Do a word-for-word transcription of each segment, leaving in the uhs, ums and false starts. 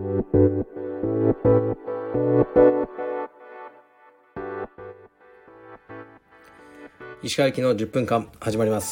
石川行きのじゅっぷんかん始まります。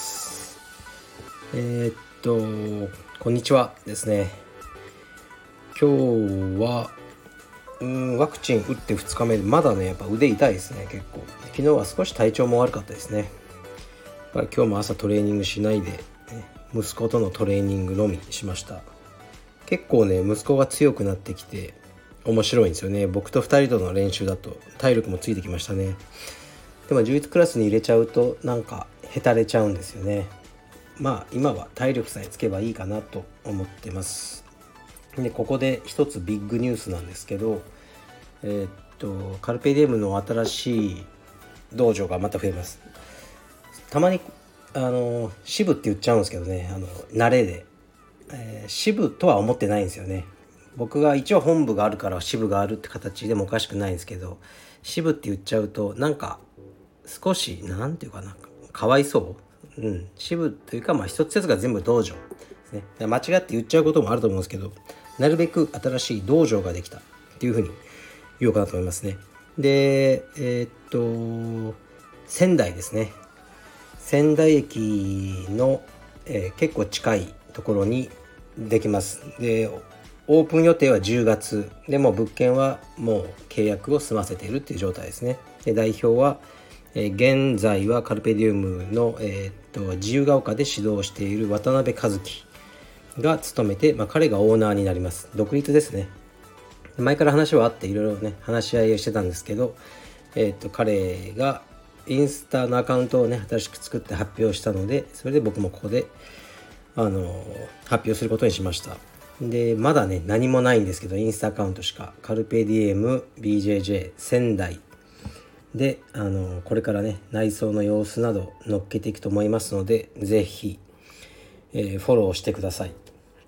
えー、っとこんにちはですね。今日はうーんワクチン打ってふつかめでまだねやっぱ腕痛いですね。結構昨日は少し体調も悪かったですね。だから今日も朝トレーニングしないで、ね、息子とのトレーニングのみしました。結構ね息子が強くなってきて面白いんですよね。僕とふたりとの練習だと体力もついてきましたね。でもじゅういちクラスに入れちゃうとなんかへたれちゃうんですよね。まあ今は体力さえつけばいいかなと思ってます。でここで一つビッグニュースなんですけど、えー、っとカルペディエムの新しい道場がまた増えます。たまにあの支部って言っちゃうんですけどね、あの慣れで、えー、支部とは思ってないんですよね。僕が一応本部があるから支部があるって形でもおかしくないんですけど、支部って言っちゃうとなんか少しなんていうかな、かわいそう、うん、支部というかまあ一つ一つが全部道場ですね。間違って言っちゃうこともあると思うんですけど、なるべく新しい道場ができたっていうふうに言おうかなと思いますね。でえー、っと仙台ですね。仙台駅の、えー、結構近いところにできます。でオープン予定はじゅうがつで、も物件はもう契約を済ませているっていう状態ですね。で代表はえー、現在はカルペディウムの、えー、っと自由が丘で指導している渡辺和樹が務めて、まあ、彼がオーナーになります。独立ですね。前から話はあっていろいろね話し合いをしてたんですけど、えー、っと彼がインスタのアカウントをね新しく作って発表したので、それで僕もここであの発表することにしました。でまだね何もないんですけど、インスタアカウントしかカルペディエム ビージェージェー 仙台であのこれからね内装の様子など載っけていくと思いますので、ぜひ、えー、フォローしてください。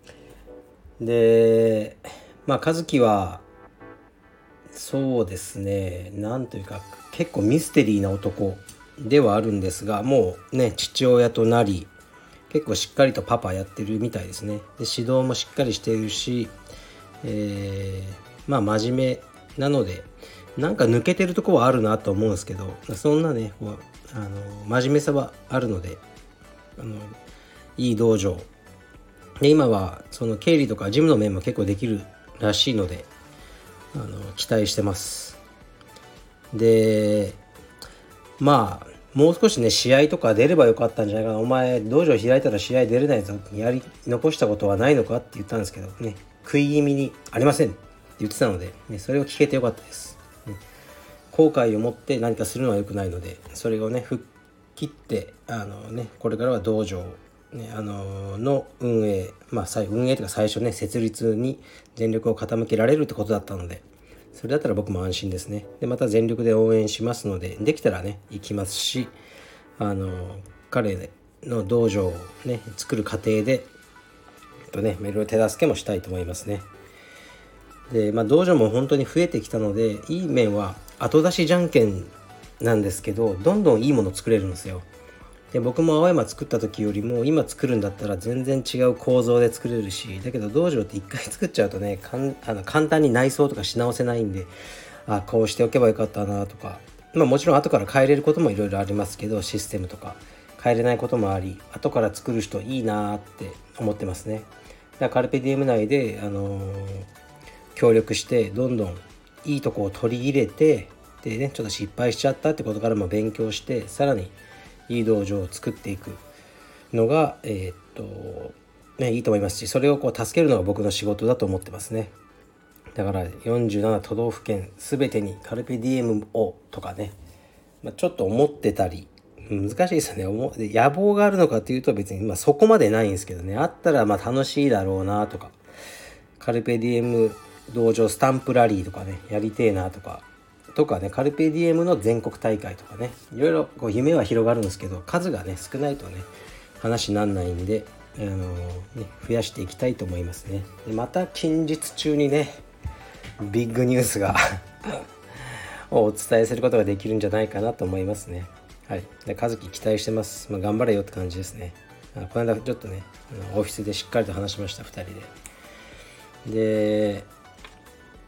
でまあ和樹はそうですね、なんというか結構ミステリーな男ではあるんですが、もうね父親となり結構しっかりとパパやってるみたいですね。で指導もしっかりしているし、えー、まあ真面目なのでなんか抜けてるとこはあるなと思うんですけど、そんなねこうあの真面目さはあるので、あのいい道場で今はその経理とか事務の面も結構できるらしいので、あの期待してます。でまあもう少しね試合とか出ればよかったんじゃないかな、お前道場開いたら試合出れないぞ、やり残したことはないのかって言ったんですけどね、食い気味にありませんって言ってたので、ね、それを聞けてよかったです。後悔を持って何かするのは良くないので、それをね吹っ切ってあのねこれからは道場、ね、あのの運営、まあ運営というか最初ね設立に全力を傾けられるってことだったので、それだったら僕も安心ですね。でまた全力で応援しますので、できたらね行きますし、あの彼の道場をね作る過程でとねいろいろ手助けもしたいと思いますね。でまあ道場も本当に増えてきたので、いい面は後出しじゃんけんなんですけど、どんどんいいもの作れるんですよ。で僕も青山作った時よりも今作るんだったら全然違う構造で作れるし、だけど道場って一回作っちゃうとねかんあの簡単に内装とかし直せないんで、あこうしておけばよかったなとか、まあもちろん後から変えれることもいろいろありますけど、システムとか変えれないこともあり、後から作る人いいなって思ってますね。だからカルペディエム内で、あのー、協力してどんどんいいとこを取り入れて、でねちょっと失敗しちゃったってことからも勉強して、さらにいい道場を作っていくのがえー、っとねいいと思いますし、それをこう助けるのが僕の仕事だと思ってますね。だからよんじゅうなな都道府県すべてにカルペディエムをとかね、まあ、ちょっと思ってたり、難しいですよね。野望があるのかというと別に、まあ、そこまでないんですけどね、あったらまあ楽しいだろうなとか、カルペディエム道場スタンプラリーとかねやりてえなとかとかね、カルペディエムの全国大会とかね、いろいろこう夢は広がるんですけど、数がね少ないとね話になんないんで、あのーね、増やしていきたいと思いますね。でまた近日中にねビッグニュースがをお伝えすることができるんじゃないかなと思いますね。はい。で和樹期待してます。まあ、頑張れよって感じですね。この間ちょっとねオフィスでしっかりと話しました、ふたりで。で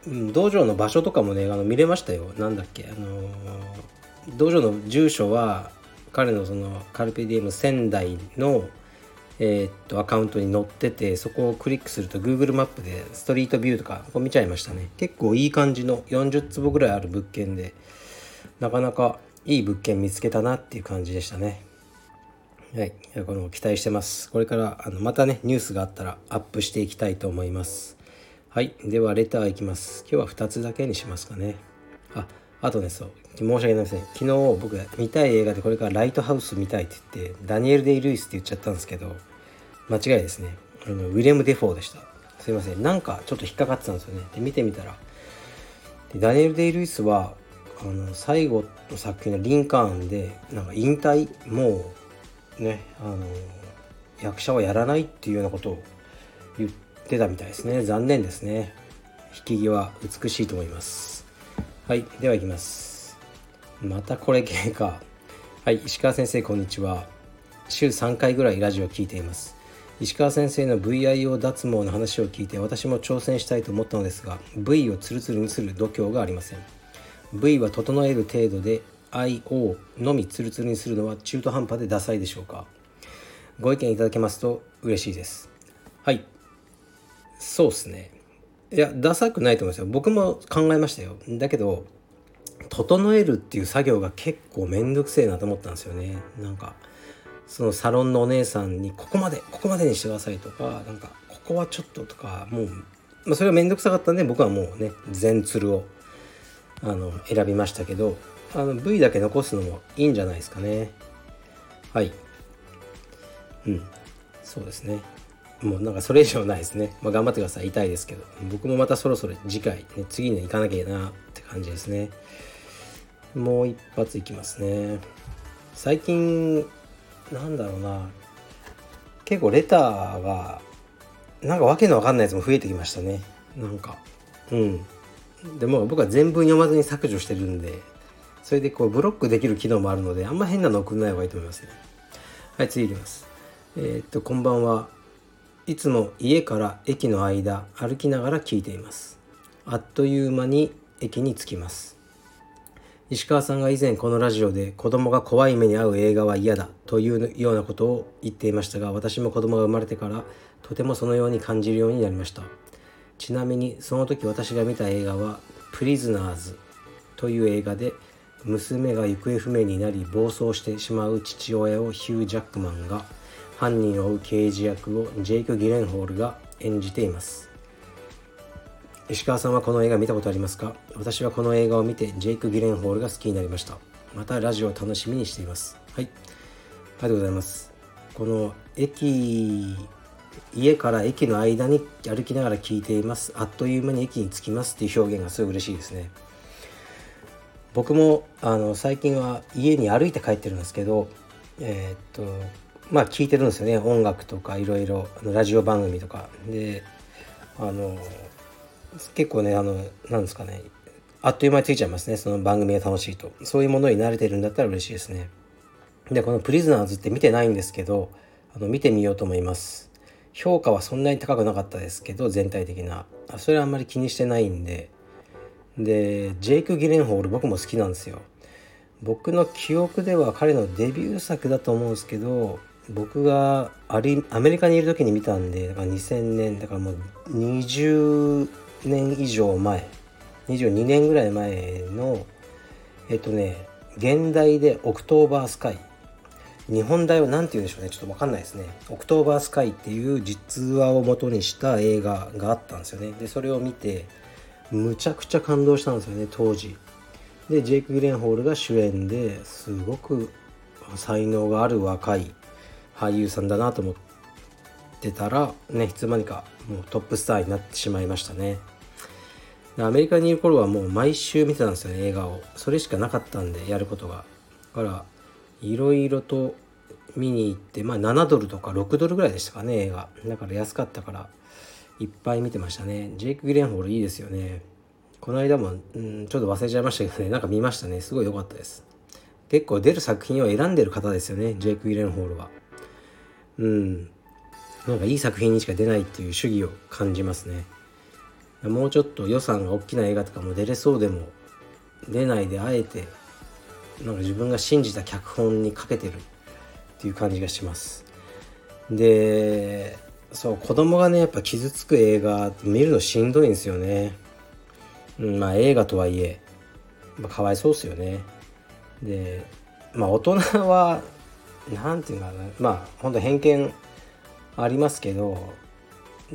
うん、道場の場所とかもねあの見れましたよ。なんだっけあのー道場の住所は彼のそのカルペディエム仙台のえー、っとアカウントに載ってて、そこをクリックすると Google マップでストリートビューとかここ見ちゃいましたね。結構いい感じのよんじゅう坪ぐらいある物件で、なかなかいい物件見つけたなっていう感じでしたね。はい、この期待してます。これからあのまたねニュースがあったらアップしていきたいと思います。はい、ではレターいきます。今日はふたつだけにしますかね。ああとね、そう申し訳ありません。昨日僕が見たい映画でこれからライトハウス見たいって言ってダニエル・デイ・ルイスって言っちゃったんですけど、間違いですね。あのウィレム・デフォーでした。すいません、なんかちょっと引っかかってたんですよね。で見てみたらでダニエル・デイ・ルイスはあの最後の作品のリンカーンでなんか引退、もうねあの役者はやらないっていうようなことを言ってたみたいですね。残念ですね。引き際美しいと思います。はい、ではいきます。またこれ系か。はい、石川先生こんにちは。週さんかいぐらいラジオを聞いています。石川先生の ブイアイオー 脱毛の話を聞いて私も挑戦したいと思ったのですが V をツルツルにする度胸がありません。 V は整える程度で アイオー のみツルツルにするのは中途半端でダサいでしょうか。ご意見いただけますと嬉しいです。はい、そうですね。いやダサくないと思いますよ。僕も考えましたよ。だけど整えるっていう作業が結構めんどくせえなと思ったんですよね。なんかそのサロンのお姉さんにここまでここまでにしてくださいとか、なんかここはちょっととか、もう、まあ、それがめんどくさかったんで僕はもうね全ツルをあの選びましたけど、あの V だけ残すのもいいんじゃないですかね。はい、うん、そうですね。もうなんかそれ以上ないですね。まあ、頑張ってください。痛いですけど僕もまたそろそろ次回、ね、次に行かなきゃなって感じですね。もう一発いきますね。最近なんだろうな、結構レターがなんかわけのわかんないやつも増えてきましたね。なんかうんでも僕は全文読まずに削除してるんで、それでこうブロックできる機能もあるのであんま変なの送んない方がいいと思いますね。はい、次いきます。えー、っとこんばんは。いつも家から駅の間歩きながら聞いています。あっという間に駅に着きます。石川さんが以前このラジオで子供が怖い目に遭う映画は嫌だというようなことを言っていましたが、私も子供が生まれてからとてもそのように感じるようになりました。ちなみにその時私が見た映画はプリズナーズという映画で、娘が行方不明になり暴走してしまう父親をヒュー・ジャックマンが、犯人を追う刑事役をジェイク・ギレンホールが演じています。石川さんはこの映画見たことありますか？私はこの映画を見てジェイク・ギレンホールが好きになりました。またラジオを楽しみにしています。はい、ありがとうございます。この駅家から駅の間に歩きながら聞いています。あっという間に駅に着きますっていう表現がすごい嬉しいですね。僕もあの最近は家に歩いて帰ってるんですけど、えー、っとまあ聞いてるんですよね。音楽とかいろいろラジオ番組とかで、あの結構ねあのなんですかね、あっという間についちゃいますね。その番組が楽しいと、そういうものに慣れてるんだったら嬉しいですね。でこのプリズナーズって見てないんですけど、あの見てみようと思います。評価はそんなに高くなかったですけど、全体的なそれはあんまり気にしてないんで。でジェイク・ギレンホール僕も好きなんですよ。僕の記憶では彼のデビュー作だと思うんですけど、僕がアメリカにいる時に見たんで、だからにせんねんだからもうにじゅうねん以上前、にじゅうにねんぐらい前のえっとね現代でオクトーバースカイ、日本題は何て言うんでしょうね、ちょっと分かんないですね。オクトーバースカイっていう実話を元にした映画があったんですよね。でそれを見てむちゃくちゃ感動したんですよね当時で。ジェイク・ギレンホールが主演ですごく才能がある若い俳優さんだなと思ってたらね、いつの間にかもうトップスターになってしまいましたね。アメリカにいる頃はもう毎週見てたんですよね、映画を。それしかなかったんでやることが。だからいろいろと見に行って、まあななドルとかろくドルぐらいでしたかね、映画だから安かったからいっぱい見てましたね。ジェイク・ギレンホールいいですよね。この間も、うん、ちょっと忘れちゃいましたけどね、なんか見ましたね。すごい良かったです。結構出る作品を選んでる方ですよね、ジェイク・ギレンホールは。うん、なんかいい作品にしか出ないっていう主義を感じますね。 もうちょっと予算が大きな映画とかも出れそうでも出ないで、あえてなんか自分が信じた脚本にかけてるっていう感じがします。で、そう子供がねやっぱ傷つく映画見るのしんどいんですよね。うん、まあ映画とはいえ、まあ、かわいそうですよね。で、まあ大人はなんていうかな、まあ本当偏見ありますけど、うん、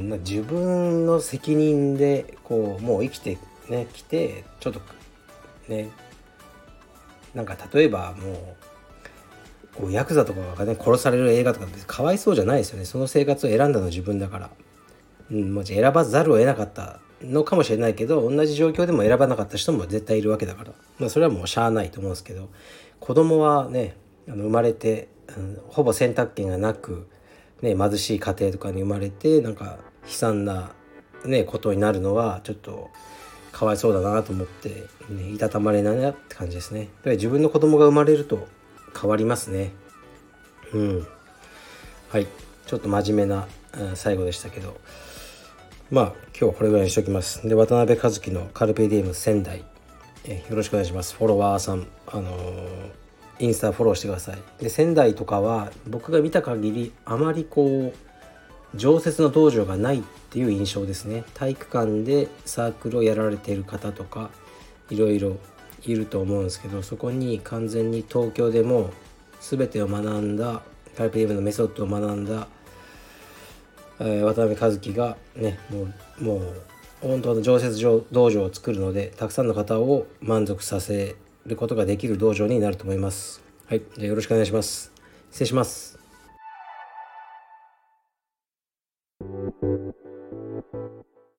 自分の責任でこうもう生きてねきて、ちょっとね、なんか例えばもうこうヤクザとかがね殺される映画とかってかわいそうじゃないですよね。その生活を選んだのは自分だから、うん、もう選ばざるを得なかったのかもしれないけど、同じ状況でも選ばなかった人も絶対いるわけだから、まあ、それはもうしゃあないと思うんですけど、子供はねあの生まれて、うん、ほぼ選択権がなく、ね、貧しい家庭とかに生まれてなんか悲惨な、ね、ことになるのはちょっとかわいそうだなと思って、ね、いたたまれないなって感じですね。だから自分の子供が生まれると変わりますね。うん。はい。ちょっと真面目な、うん、最後でしたけど、まあ今日はこれぐらいにしておきます。で、渡辺和樹のカルペディエム仙台、えよろしくお願いします。フォロワーさん、あのー、インスタフォローしてください。で、仙台とかは僕が見た限りあまりこう常設の道場がないっていう印象ですね。体育館でサークルをやられている方とかいろいろいると思うんですけど、そこに完全に東京でも全てを学んだカルペディエムのメソッドを学んだ、えー、渡辺和樹がねもうもう本当の常設道場を作るので、たくさんの方を満足させることができる道場になると思います。はい、じゃあよろしくお願いします。失礼します。